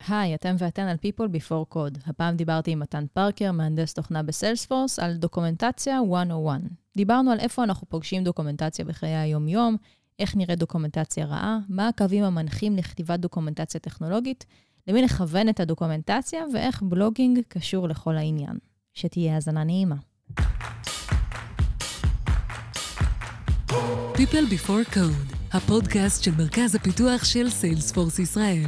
היי, אתם ואתן על People Before Code. הפעם דיברתי עם מתן פארקר, מהנדס תוכנה בסיילספורס, על דוקומנטציה 101. דיברנו על איפה אנחנו פוגשים דוקומנטציה בחיי היום-יום, איך נראית דוקומנטציה רעה, מה הקווים המנחים לכתיבת דוקומנטציה טכנולוגית, למי לכוון את הדוקומנטציה, ואיך בלוגינג קשור לכל העניין. שתהיה האזנה נעימה. People Before Code, הפודקאסט של מרכז הפיתוח של סיילספורס ישראל.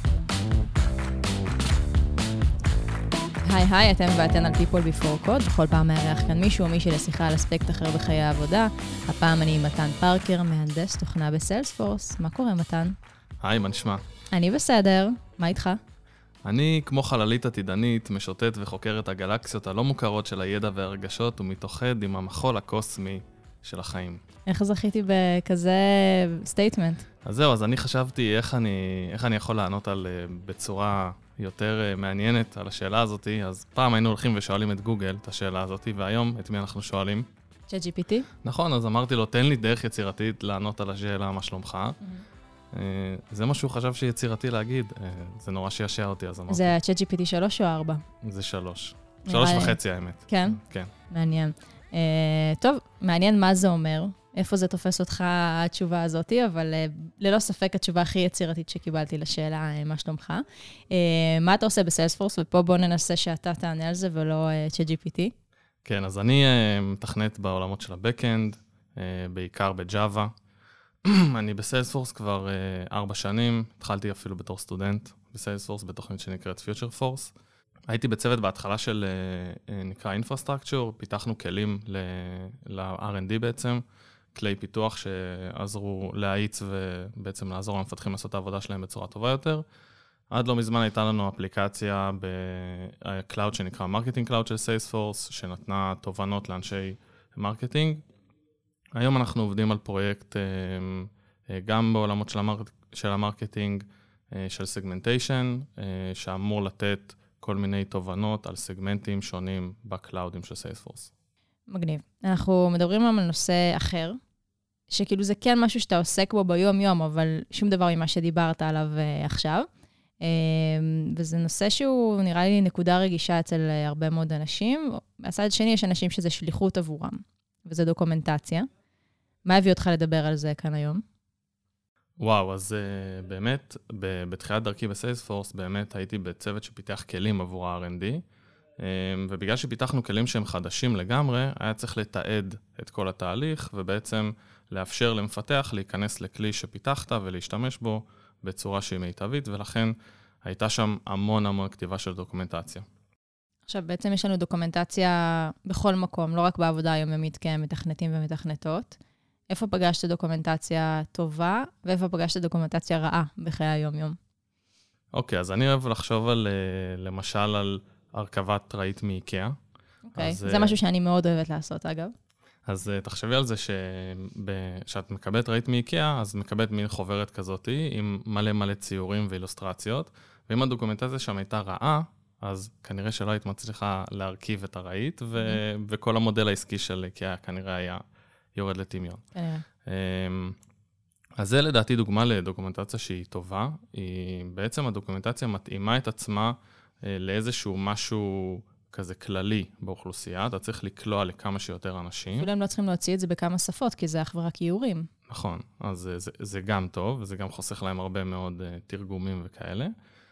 היי, אתם ואתן על People Before Code. בכל פעם מארח כאן מישהו או מישהי לשיחה על אספקט אחר בחיי העבודה. הפעם אני עם מתן פארקר, מהנדס תוכנה בסיילספורס. מה קורה, מתן? היי, מה נשמע? אני בסדר. מה איתך? אני, כמו חללית עתידנית, משוטט וחוקר את הגלקסיות הלא מוכרות של הידע והרגשות, ומתאחד עם המחול הקוסמי של החיים. איך זכיתי בכזה סטייטמנט? אז זהו, אז אני חשבתי איך אני יכול לענות בצורה יותר מעניינת על השאלה הזאת. אז פעם היינו הולכים ושואלים את גוגל את השאלה הזאת, והיום את מי אנחנו שואלים? ChatGPT? נכון, אז אמרתי לו, תן לי דרך יצירתית לענות על השאלה מה שלומך. זה מה שהוא חשב שיצירתי להגיד. זה נורא שישע אותי, אז אמרתי. זה ChatGPT 3 או 4? זה 3. 3.5 האמת. כן? כן. מעניין. טוב, מעניין מה זה אומר. איפה זה תופס אותך התשובה הזאת, אבל ללא ספק התשובה הכי יצירתית שקיבלתי לשאלה, מה שלומך. מה אתה עושה בסיילספורס? ופה בוא ננסה שאתה תענה על זה ולא ChatGPT. כן, אז אני מתכנת בעולמות של הבקאנד, בעיקר בג'אווה. אני בסיילספורס כבר 4 שנים, התחלתי אפילו בתור סטודנט בסיילספורס, בתוכנית שנקראת Future Force. הייתי בצוות בהתחלה של, נקרא Infrastructure, פיתחנו כלים ל-R&D בעצם, כלי פיתוח שעזרו להאיץ ובעצם לעזור למפתחים לעשות את העבודה שלהם בצורה טובה יותר. עד לא מזמן הייתה לנו אפליקציה בקלאוד שנקרא Marketing Cloud של Salesforce, שנתנה תובנות לאנשי מרקטינג. היום אנחנו עובדים על פרויקט גם בעולמות של המרקטינג, של סגמנטיישן, שאמור לתת כל מיני תובנות על סגמנטים שונים בקלאודים של Salesforce. מגניב. אנחנו מדברים על נושא אחר, שכאילו זה כן משהו שאתה עוסק בו ביום-יום, אבל שום דבר ממה שדיברת עליו עכשיו. וזה נושא שהוא נראה לי נקודה רגישה אצל הרבה מאוד אנשים. מהצד שני יש אנשים שזה שליחות עבורם, וזה דוקומנטציה. מה הביא אותך לדבר על זה כאן היום? וואו, אז באמת, בתחילת דרכי בסיילספורס, באמת הייתי בצוות שפיתח כלים עבור ה-R&D, ובגלל שפיתחנו כלים שהם חדשים לגמרי, היה צריך לתעד את כל התהליך, ובעצם לאפשר למפתח להיכנס לכלי שפיתחת ולהשתמש בו בצורה שהיא מיטבית, ולכן הייתה שם המון כתיבה של דוקומנטציה. עכשיו, בעצם יש לנו דוקומנטציה בכל מקום, לא רק בעבודה היומיומית כמתכנתים ומתכנתות. איפה פגשת דוקומנטציה טובה, ואיפה פגשת דוקומנטציה רעה בחיי היום-יום? אוקיי, אז אני אוהב לחשוב על, למשל, על הרכבת רהיט מאיקאה. אוקיי, זה משהו שאני מאוד אוהבת לעשות, אגב. אז תחשבי על זה שאת מקבלת רהיט מאיקאה, אז מקבלת מין חוברת כזאת, עם מלא ציורים ואילוסטרציות, ואם הדוקומנטציה שם הייתה רעה, אז כנראה שלא היית מצליחה להרכיב את הרהיט, וכל המודל העסקי של איקאה כנראה היה יורד לטמיון. אז זה לדעתי דוגמה לדוקומנטציה שהיא טובה. בעצם הדוקומנטציה מתאימה את עצמה לאיזשהו משהו כזה כללי באוכלוסייה. אתה צריך לקלוע לכמה שיותר אנשים. אפילו הם לא צריכים להוציא את זה בכמה שפות, כי זה אך ורק איורים. נכון, אז זה גם טוב, וזה גם חוסך להם הרבה מאוד תרגומים וכאלה.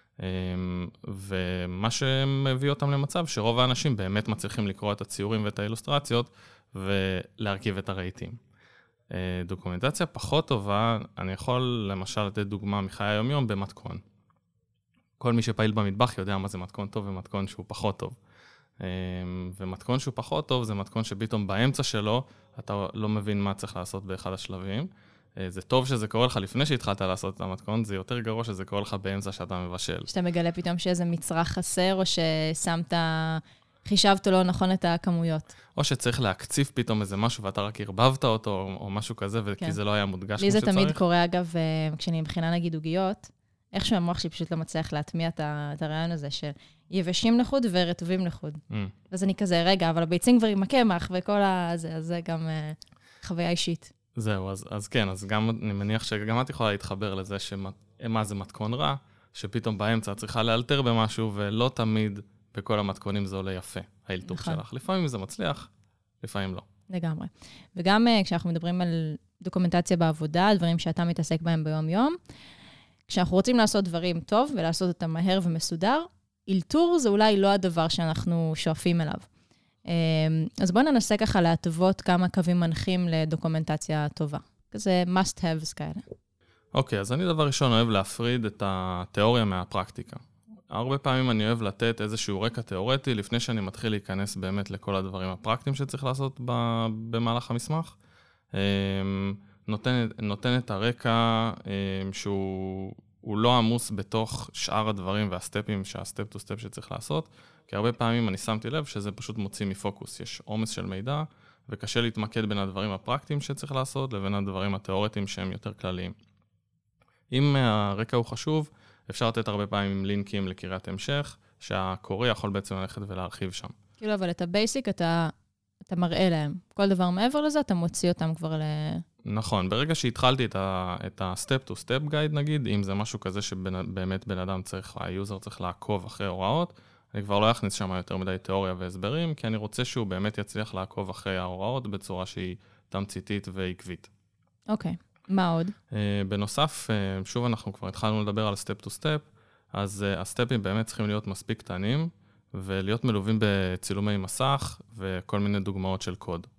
ומה שמביא אותם למצב שרוב האנשים באמת מצליחים לקרוא את הציורים ואת האילוסטרציות, ולהרכיב את הרהיטים. דוקומנטציה פחות טובה, אני יכול למשל לתת דוגמה מחיי היום-יום במתכון. כל מי שפעיל במטבח יודע מה זה מתכון טוב ומתכון שהוא פחות טוב. ומתכון שהוא פחות טוב זה מתכון שפתאום באמצע שלו אתה לא מבין מה צריך לעשות באחד השלבים. זה טוב שזה קורה לך לפני שהתחלת לעשות את המתכון, זה יותר גרוע שזה קורה לך באמצע שאתה מבשל. שאתה מגלה פתאום שאיזה מצרך חסר או ששמת... חישבת לא נכון את הכמויות. או שצריך להקציף פתאום איזה משהו, ואתה רק הרבבת אותו, או משהו כזה, כי זה לא היה מודגש כמו שצריך. לי זה תמיד קורה, אגב, כשאני מבחינה נגיד עוגיות, איכשהו המוח שלי פשוט לא מצליח להטמיע את הרעיון הזה, שיבשים לחוד ורטובים לחוד. אז אני כזה, רגע, אבל הביצים כבר עם הקמח, וכל הזה, אז זה גם חוויה אישית. זהו, אז כן, אז גם, אני מניח שגם את יכולה להתחבר לזה, שמה זה מתכון רע, שפתאום באמצע צריכה לאלתר במשהו, ולא תמיד בכל המתכונים זה עולה יפה, האלתור שלך. לפעמים זה מצליח, לפעמים לא. לגמרי. וגם כשאנחנו מדברים על דוקומנטציה בעבודה, דברים שאתה מתעסק בהם ביום-יום, כשאנחנו רוצים לעשות דברים טוב, ולעשות אותם מהר ומסודר, אלתור זה אולי לא הדבר שאנחנו שואפים אליו. אז בואו ננסה ככה להטוות כמה קווים מנחים לדוקומנטציה טובה. כזה must haves כאלה. אוקיי, אז אני דבר ראשון אוהב להפריד את התיאוריה מהפרקטיקה. הרבה פעמים אני אוהב לתת איזשהו רקע תיאורטי, לפני שאני מתחיל להיכנס באמת לכל הדברים הפרקטיים שצריך לעשות במהלך המסמך. נותן את הרקע שהוא לא עמוס בתוך שאר הדברים והסטפים, שהסטפ טו סטפ שצריך לעשות, כי הרבה פעמים אני שמתי לב שזה פשוט מוציא מפוקוס. יש עומס של מידע, וקשה להתמקד בין הדברים הפרקטיים שצריך לעשות, לבין הדברים התיאורטיים שהם יותר כלליים. אם הרקע הוא חשוב, אפשר לתת הרבה פעמים לינקים לקריאת המשך, שהקורא יכול בעצם ללכת ולהרחיב שם. כאילו, אבל את הבייסיק אתה מראה להם. כל דבר מעבר לזה, אתה מוציא אותם כבר נכון, ברגע שהתחלתי את ה-step to step guide נגיד, אם זה משהו כזה שבאמת בן אדם צריך, היוזר צריך לעקוב אחרי הוראות, אני כבר לא אכניס שם יותר מדי תיאוריה והסברים, כי אני רוצה שהוא באמת יצליח לעקוב אחרי ההוראות בצורה שהיא תמציתית ועקבית. אוקיי, מה עוד? בנוסף, שוב אנחנו כבר התחלנו לדבר על step to step, אז הסטפים באמת צריכים להיות מספיק קטנים, ולהיות מלווים בצילומי מסך וכל מיני דוגמאות של קוד.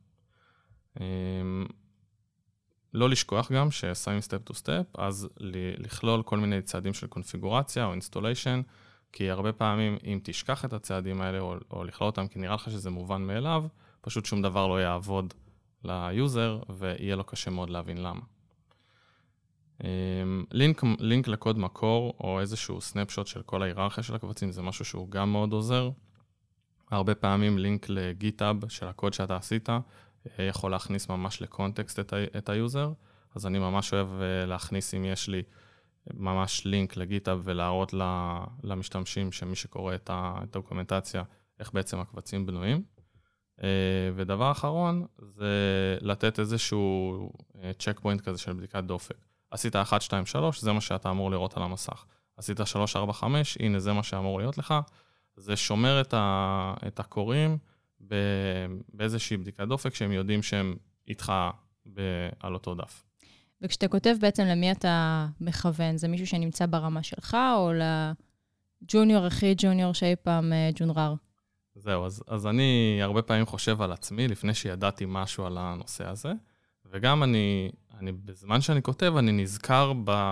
לא לשכוח גם ששמים step to step, אז לכלול כל מיני צעדים של קונפיגורציה או installation, כי הרבה פעמים אם תשכח את הצעדים האלה או לכלול אותם, כי נראה לך שזה מובן מאליו, פשוט שום דבר לא יעבוד ליוזר ויהיה לו קשה מאוד להבין למה. לינק לקוד מקור או איזשהו סנפשוט של כל ההיררכיה של הקבצים, זה משהו שהוא גם מאוד עוזר. הרבה פעמים לינק לגיטאב של הקוד שאתה עשית, יכול להכניס ממש לקונטקסט את היוזר, אז אני ממש אוהב להכניס אם יש לי ממש לינק לגיטאב ולהראות למשתמשים שמי שקורא את הדוקומנטציה, איך בעצם הקבצים בנויים. ודבר אחרון זה לתת איזשהו צ'ק פוינט כזה של בדיקת דופק. עשית 1, 2, 3, זה מה שאתה אמור לראות על המסך. עשית 3, 4, 5, הנה זה מה שאמור להיות לך. זה שומר את הקוראים באיזושהי בדיקת דופק, שהם יודעים שהם איתך על אותו דף. וכשאתה כותב בעצם למי אתה מכוון, זה מישהו שנמצא ברמה שלך, או לג'וניור הכי ג'וניור שאי פעם ג'ונרר? זהו, אז אני הרבה פעמים חושב על עצמי, לפני שידעתי משהו על הנושא הזה, וגם אני בזמן שאני כותב, אני נזכר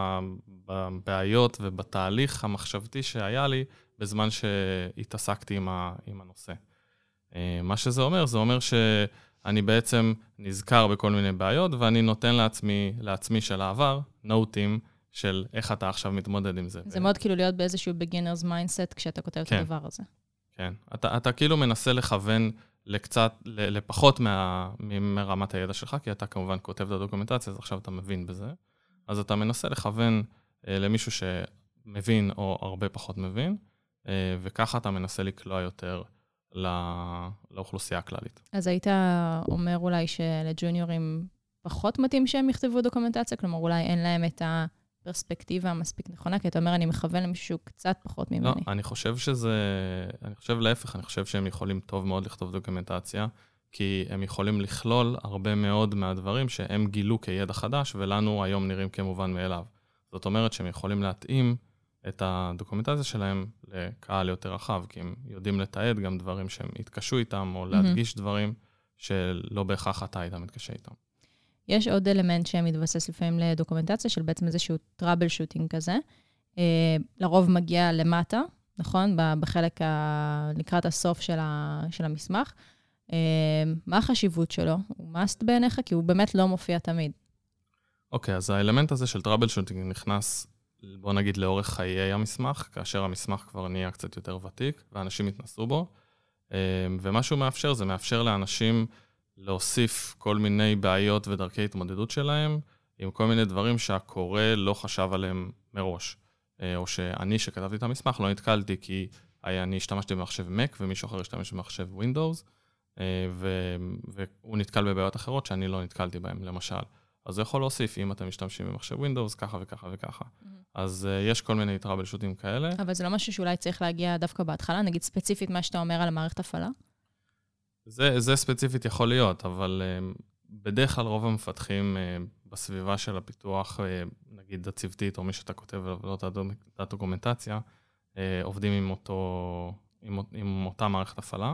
בבעיות ובתהליך המחשבתי שהיה לי, בזמן שהתעסקתי עם הנושא. מה שזה אומר, זה אומר שאני בעצם נזכר בכל מיני בעיות, ואני נותן לעצמי של העבר, נוטים של איך אתה עכשיו מתמודד עם זה. זה מאוד כאילו להיות באיזשהו beginner's mindset כשאתה כותב את הדבר הזה. כן, אתה כאילו מנסה לכוון לפחות מרמת הידע שלך, כי אתה כמובן כותב את הדוקומנטציה, אז עכשיו אתה מבין בזה. אז אתה מנסה לכוון למישהו שמבין או הרבה פחות מבין, וככה אתה מנסה לקלוע יותר לאוכלוסייה הכללית. אז היית אומר אולי שלג'וניורים פחות מתאים שהם יכתבו דוקומנטציה? כלומר, אולי אין להם את הפרספקטיבה המספיק נכונה, כי אתה אומר, אני מכוון למישהו קצת פחות ממני. לא, אני חושב להפך, אני חושב שהם יכולים טוב מאוד לכתוב דוקומנטציה, כי הם יכולים לכלול הרבה מאוד מהדברים שהם גילו כידע חדש, ולנו היום נראים כמובן מאליו. זאת אומרת שהם יכולים להתאים את הדוקומנטציה שלהם לקהל יותר רחב, כי הם יודעים לתעד גם דברים שהם התקשו איתם, או להדגיש דברים שלא בהכרח אתה היית מתקשה איתם. יש עוד אלמנט שמתבסס לפעמים לדוקומנטציה, של בעצם איזשהו טראבל שוטינג כזה. לרוב מגיע למטה, נכון? בחלק לקראת הסוף של המסמך. מה החשיבות שלו? הוא מאסט בעיניך? כי הוא באמת לא מופיע תמיד. אוקיי, אז האלמנט הזה של טראבל שוטינג נכנס, בוא נגיד, לאורך חיי המסמך, כאשר המסמך כבר נהיה קצת יותר ותיק, ואנשים התנסו בו. ומה שהוא מאפשר, זה מאפשר לאנשים להוסיף כל מיני בעיות ודרכי התמודדות שלהם, עם כל מיני דברים שהקורא לא חשב עליהם מראש. או שאני שכתבתי את המסמך לא נתקלתי, כי אני השתמשתי במחשב Mac, ומישהו אחר השתמש במחשב Windows, והוא נתקל בבעיות אחרות שאני לא נתקלתי בהן, למשל. אז זה יכול להוסיף, אם אתם משתמשים במחשב Windows, ככה וככה וככה. אז יש כל מיני טראבלשוטים כאלה. אבל זה לא משהו שאולי צריך להגיע דווקא בהתחלה, נגיד ספציפית מה שאתה אומר על המערכת הפעלה? זה ספציפית יכול להיות, אבל בדרך כלל רוב המפתחים בסביבה של הפיתוח, נגיד הצוותית או מי שאתה כותב ולא את הדוקומנטציה, עובדים עם אותה מערכת הפעלה,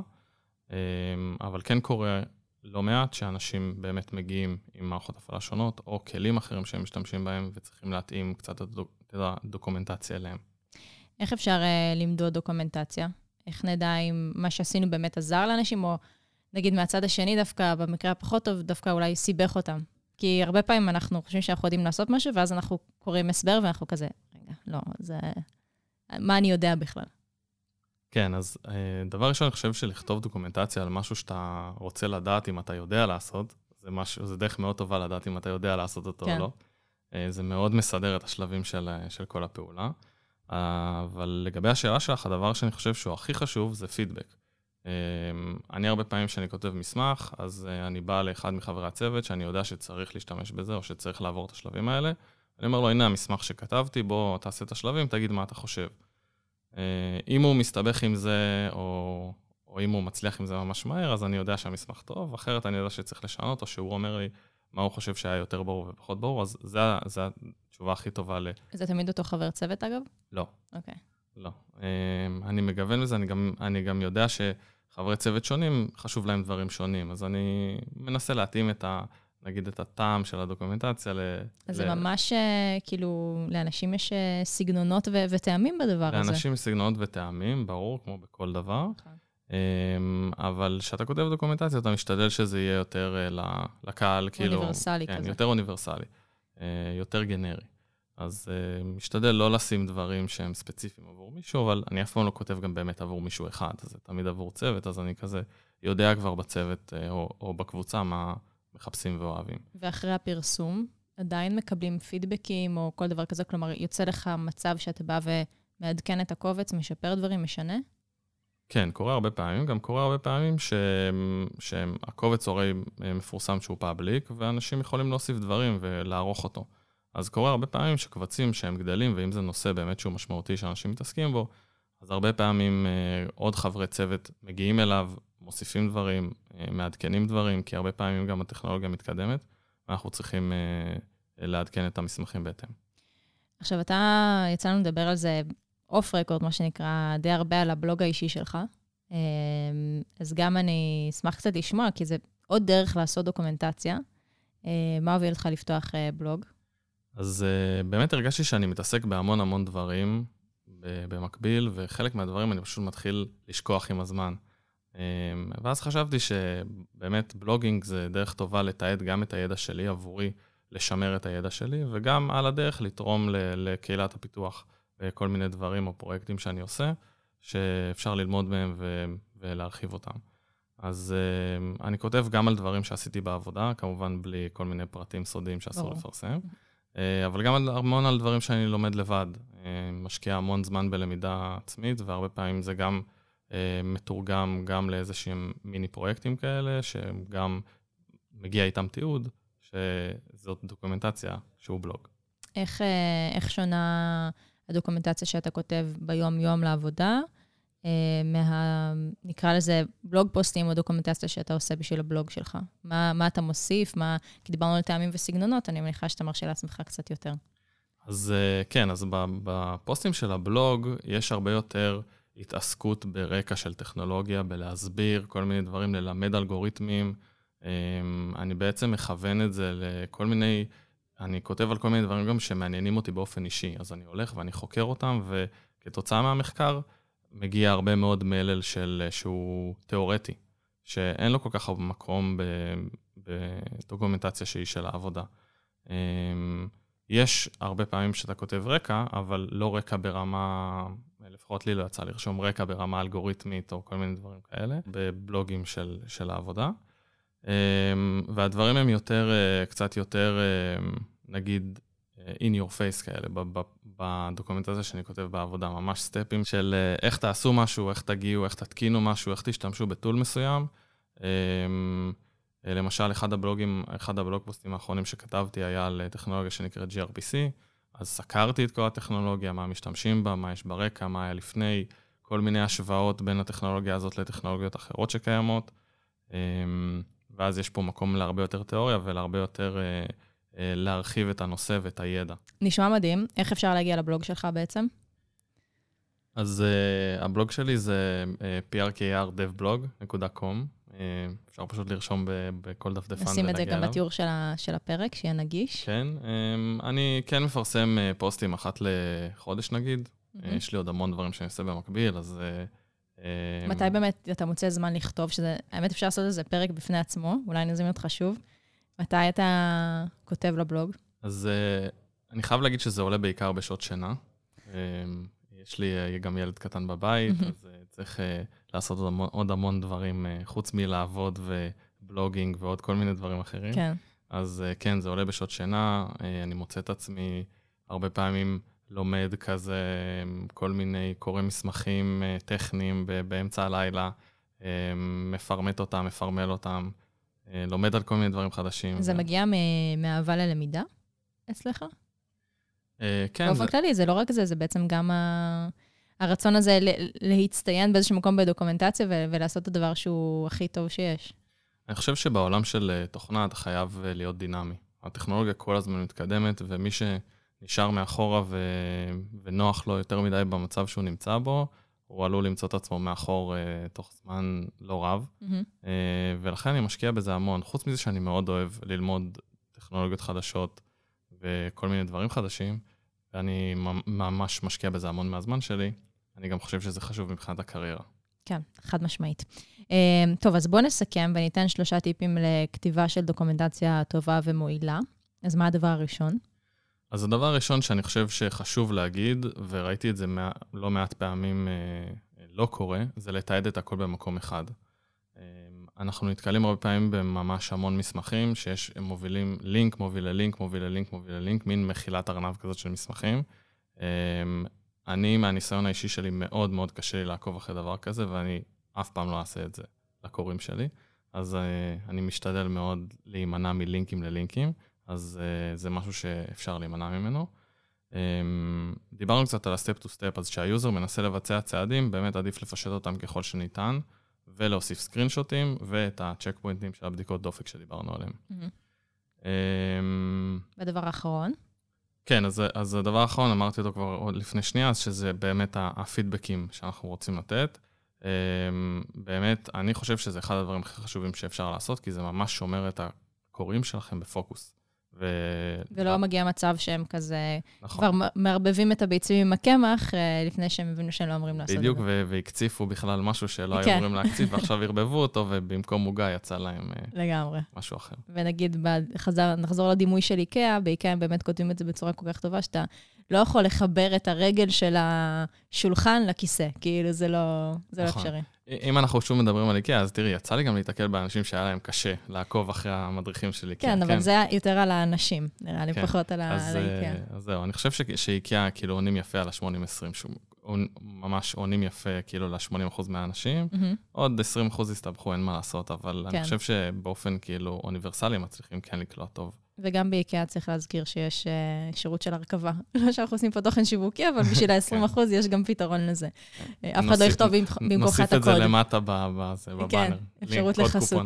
אבל כן קורה לא מעט שאנשים באמת מגיעים עם מערכות הפעלה שונות, או כלים אחרים שהם משתמשים בהם, וצריכים להתאים קצת את הדוקומנטציה אליהם. איך אפשר למדוד דוקומנטציה? איך נדע אם מה שעשינו באמת עזר לאנשים, או נגיד מהצד השני דווקא, במקרה הפחות טוב, דווקא אולי סיבך אותם. כי הרבה פעמים אנחנו חושבים שאנחנו יודעים לעשות משהו, ואז אנחנו קוראים הסבר, ואנחנו כזה, רגע, לא, זה... מה אני יודע בכלל? כן, אז דבר ראשון, אני חושב שלכתוב דוקומנטציה על משהו שאתה רוצה לדעת אם אתה יודע לעשות, זה דרך מאוד טובה לדעת אם אתה יודע לעשות אותו או לא. זה מאוד מסדר את השלבים של כל הפעולה. אבל לגבי השאלה שלך, הדבר שאני חושב שהוא הכי חשוב זה פידבק. אני הרבה פעמים שאני כותב מסמך, אז אני בא לאחד מחברי הצוות שאני יודע שצריך להשתמש בזה, או שצריך לעבור את השלבים האלה. אני אומר לו, הנה המסמך שכתבתי, בוא תעשה את השלבים, תגיד מה אתה חושב. אם הוא מסתבך עם זה, או אם הוא מצליח עם זה ממש מהר, אז אני יודע שהמסמך טוב, אחרת אני יודע שצריך לשנות, או שהוא אומר לי מה הוא חושב שהיה יותר ברור ופחות ברור, אז זה התשובה הכי טובה זה תמיד אותו חבר צוות, אגב? לא. אוקיי. לא. אני מגוון בזה, אני גם יודע שחברי צוות שונים, חשוב להם דברים שונים, אז אני מנסה להתאים נגיד את הטעם של הדוקומנטציה אז זה ממש, כאילו, לאנשים יש סגנונות וטעמים בדבר הזה. לאנשים יש סגנונות וטעמים, ברור, כמו בכל דבר. אבל כשאתה כותב דוקומנטציה, אתה משתדל שזה יהיה יותר לקהל, כאילו... אוניברסלי כזה. כן, יותר אוניברסלי, יותר גנרי. אז משתדל לא לשים דברים שהם ספציפיים עבור מישהו, אבל אני אף פעם לא כותב גם באמת עבור מישהו אחד, אז זה תמיד עבור צוות, אז אני כזה יודע כבר בצוות או בקבוצה מה מחפשים ואוהבים. ואחרי הפרסום, עדיין מקבלים פידבקים או כל דבר כזה, כלומר, יוצא לך מצב שאתה בא ומעדכן את הקובץ, משפר דברים, משנה? כן, קורה הרבה פעמים, גם קורה הרבה פעמים שהקובץ הרי מפורסם שהוא פאבליק, ואנשים יכולים להוסיף דברים ולערוך אותו. אז קורה הרבה פעמים שקבצים שהם גדלים, ואם זה נושא באמת שהוא משמעותי שאנשים מתעסקים בו, אז הרבה פעמים עוד חברי צוות מגיעים אליו, מוסיפים דברים, מעדכנים דברים, כי הרבה פעמים גם הטכנולוגיה מתקדמת, ואנחנו צריכים לעדכן את המסמכים בהתאם. עכשיו, יצא לנו לדבר על זה אוף רקורד, מה שנקרא, די הרבה על הבלוג האישי שלך. אז גם אני אשמח קצת לשמוע, כי זה עוד דרך לעשות דוקומנטציה. מה הוביל אותך לפתוח בלוג? אז באמת הרגשתי שאני מתעסק בהמון המון דברים במקביל, וחלק מהדברים אני פשוט מתחיל לשכוח עם הזמן. ואז חשבתי שבאמת בלוגינג זה דרך טובה לתעד גם את הידע שלי עבורי, לשמר את הידע שלי, וגם על הדרך לתרום לקהילת הפיתוח וכל מיני דברים או פרויקטים שאני עושה, שאפשר ללמוד מהם ולהרחיב אותם. אז אני כותב גם על דברים שעשיתי בעבודה, כמובן בלי כל מיני פרטים סודיים שאסור לפרסם, אבל גם המון על דברים שאני לומד לבד. משקיע המון זמן בלמידה עצמית, והרבה פעמים זה גם מתורגם גם לאיזשהם מיני פרויקטים כאלה, שגם מגיע איתם תיעוד, שזאת דוקומנטציה שהוא בלוג. איך שונה הדוקומנטציה שאתה כותב ביום-יום לעבודה, נקרא לזה בלוג פוסטים או דוקומנטציה שאתה עושה בשביל הבלוג שלך? מה אתה מוסיף? כי דיברנו על טעמים וסגנונות, אני מניחה שאתה מרשה לעצמך קצת יותר. אז כן, אז בפוסטים של הבלוג יש הרבה יותר התעסקות ברקע של טכנולוגיה, בלהסביר כל מיני דברים, ללמד אלגוריתמים. אני בעצם מכוון את זה לכל מיני, אני כותב על כל מיני דברים גם שמעניינים אותי באופן אישי, אז אני הולך ואני חוקר אותם, וכתוצאה מהמחקר מגיע הרבה מאוד מלל שהוא תיאורטי, שאין לו כל כך מקום בדוקומנטציה שהיא של העבודה. יש הרבה פעמים שאתה כותב רקע, אבל לא רקע ברמה, לפחות לי לא יצא לרשום רקע ברמה אלגוריתמית או כל מיני דברים כאלה, בבלוגים של העבודה. והדברים הם קצת יותר, נגיד, in your face כאלה, בדוקומנטציה שאני כותב בעבודה, ממש סטפים של איך תעשו משהו, איך תגיעו, איך תתקינו משהו, איך תשתמשו בטול מסוים. למשל, אחד הבלוג פוסטים האחרונים שכתבתי היה על טכנולוגיה שנקראת gRPC, אז סקרתי את כל הטכנולוגיה, מה משתמשים בה, מה יש ברקע, מה היה לפני, כל מיני השוואות בין הטכנולוגיה הזאת לטכנולוגיות אחרות שקיימות, ואז יש פה מקום להרבה יותר תיאוריה ולהרבה יותר להרחיב את הנושא ואת הידע. נשמע מדהים. איך אפשר להגיע לבלוג שלך בעצם? אז הבלוג שלי זה prkrdevblog.com. אפשר פשוט לרשום בכל דף דפן ולהגיע אליו. נשים את זה גם בתיאור של הפרק, שיהיה נגיש. כן, אני כן מפרסם פוסטים אחת לחודש נגיד. יש לי עוד המון דברים שאני עושה במקביל, אז... מתי באמת אתה מוצא זמן לכתוב, שזה, האמת אפשר לעשות איזה פרק בפני עצמו, אולי נזמין אותך שוב. מתי אתה כותב לבלוג? אז אני חייב להגיד שזה עולה בעיקר בשעות שינה. יש לי גם ילד קטן בבית, אז צריך לעשות עוד המון דברים, חוץ מלעבוד ובלוגינג ועוד כל מיני דברים אחרים. כן. אז כן, זה עולה בשעות שינה, אני מוצא את עצמי הרבה פעמים לומד כזה, כל מיני קורא מסמכים טכניים באמצע הלילה, מפרמט אותם, מפרמל אותם, לומד על כל מיני דברים חדשים. זה מגיע מאהבה ללמידה אצלך? כן. באופן כללי, זה לא רק זה, זה בעצם גם הרצון הזה להצטיין באיזשהו מקום בדוקומנטציה ולעשות את הדבר שהוא הכי טוב שיש. אני חושב שבעולם של תוכנה אתה חייב להיות דינמי. הטכנולוגיה כל הזמן מתקדמת, ומי שנשאר מאחורה ונוח לו יותר מדי במצב שהוא נמצא בו, הוא עלול למצוא את עצמו מאחור תוך זמן לא רב. ולכן אני משקיע בזה המון. חוץ מזה שאני מאוד אוהב ללמוד טכנולוגיות חדשות וכל מיני דברים חדשים, ואני ממש משקיע בזה המון מהזמן שלי. אני גם חושב שזה חשוב מבחינת הקריירה. כן, חד משמעית. טוב, אז בוא נסכם וניתן 3 טיפים לכתיבה של דוקומנטציה טובה ומועילה. אז מה הדבר הראשון? אז הדבר הראשון שאני חושב שחשוב להגיד, וראיתי את זה לא מעט פעמים לא קורה, זה לתעד את הכל במקום אחד. אנחנו נתקלים הרבה פעמים בממש המון מסמכים, הם מובילים לינק, מוביל ללינק, מוביל ללינק, מוביל ללינק, מין מחילת ארנב כזאת של מסמכים. אני, מהניסיון האישי שלי, מאוד מאוד קשה לי לעקוב אחרי דבר כזה, ואני אף פעם לא אעשה את זה לקוראים שלי. אז אני משתדל מאוד להימנע מלינקים ללינקים, אז זה משהו שאפשר להימנע ממנו. דיברנו קצת על ה-step to step, אז כשהיוזר מנסה לבצע צעדים, באמת עדיף לפשט אותם ככל שניתן, ולהוסיף סקרינשוטים, ואת הצ'ק פוינטים של הבדיקות דופק שדיברנו עליהם. בדבר האחרון? כן, אז הדבר האחרון, אמרתי אותו כבר עוד לפני שנייה, אז שזה באמת הפידבקים שאנחנו רוצים לתת. באמת, אני חושב שזה אחד הדברים הכי חשובים שאפשר לעשות, כי זה ממש שומר את הקוראים שלכם בפוקוס. ולא מגיע מצב שהם כזה, כבר מערבבים את הביצים עם הקמח, לפני שהם הבינו שהם לא אמורים לעשות את זה. בדיוק, והקציפו בכלל משהו שלא היו אמורים להקציף, ועכשיו הרבבו אותו, ובמקום מוגה יצא להם משהו אחר. ונגיד, נחזור לדימוי של איקאה, באיקאה הם באמת כותבים את זה בצורה כל כך טובה, שאתה לא יכול לחבר את הרגל של השולחן לכיסא, כאילו זה לא אפשרי. אם אנחנו שוב מדברים על איקאה, אז תראי, יצא לי גם להתקל באנשים שהיה להם קשה לעקוב אחרי המדריכים של איקאה. כן, אבל זה יותר על האנשים, נראה לי פחות על איקאה. אז זהו, אני חושב שאיקאה כאילו עונים יפה על ה-80-20, ממש עונים יפה כאילו ל-80% מהאנשים, עוד 20% הסתבכו, אין מה לעשות, אבל אני חושב שבאופן כאילו אוניברסלי מצליחים כן לקלוע טוב. וגם באיקאה צריך להזכיר שיש שירות של הרכבה. לא שאנחנו עושים פה תוכן שיווקי, אבל בשביל ה-20% יש גם פתרון לזה. אף אחד לא יכתוב במקומך את הקוד. נוסיף את זה למטה בבאנר. כן, אפשרות לחסות.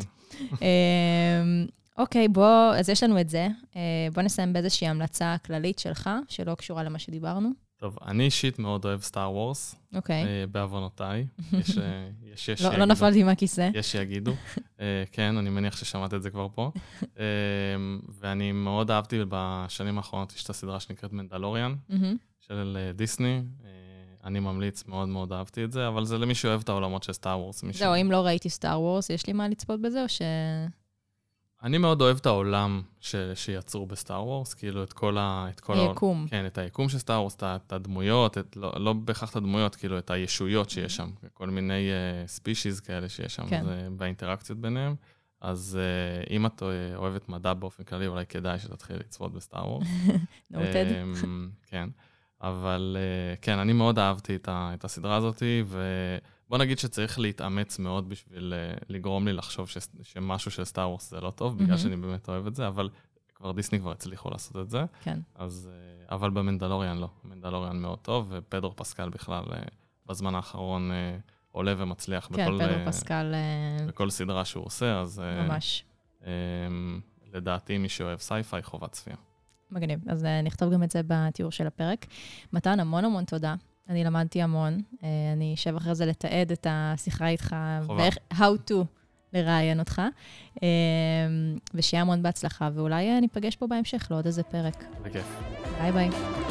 אוקיי, אז יש לנו את זה. בוא נסיים באיזושהי המלצה כללית שלך, שלא קשורה למה שדיברנו. טוב, אני אישית מאוד אוהב סטאר וורס, בעוונותיי. לא נפלתי מהכיסא. יש שיגידו. כן, אני מניח ששמעת את זה כבר פה. ואני מאוד אהבתי בשנים האחרונות, יש את הסדרה שנקראת מנדלוריאן, של דיסני. אני ממליץ, מאוד מאוד אהבתי את זה, אבל זה למי שאוהב את העולמות של סטאר וורס. זהו, אם לא ראיתי סטאר וורס, יש לי מה לצפות בזה, או ש... אני מאוד אוהב את העולם שיצרו בסטאר וורס, כאילו את כל היקום. כן, את היקום של סטאר וורס, את הדמויות, לא בהכרח את הדמויות, כאילו את הישויות שיש שם, כל מיני ספישיז כאלה שיש שם, באינטראקציות ביניהם. אז אם את אוהבת מדע באופן כללי, אולי כדאי שתתחיל לצפות בסטאר וורס. נוטד. כן, אבל כן, אני מאוד אהבתי את הסדרה הזאת, בוא נגיד שצריך להתאמץ מאוד בשביל לגרום לי לחשוב שמשהו של סטאר וורס זה לא טוב, בגלל שאני באמת אוהב את זה, אבל כבר דיסני כבר הצליחו לעשות את זה. כן. אז, אבל במנדלוריאן לא. מנדלוריאן מאוד טוב, ופדרו פסקל בכלל בזמן האחרון עולה ומצליח כן, פדרו פסקל... בכל סדרה שהוא עושה, אז... ממש. לדעתי, מי שאוהב סייפיי, חובת צפייה. מגניב. אז נכתוב גם את זה בתיאור של הפרק. מתן, המון תודה. אני למדתי המון. אני אשב אחרי זה לתעד את השיחה איתך, ואיך, how to לראיין אותך. ושיהיה המון בהצלחה, ואולי ניפגש פה בהמשך לעוד איזה פרק. בכיף. ביי ביי.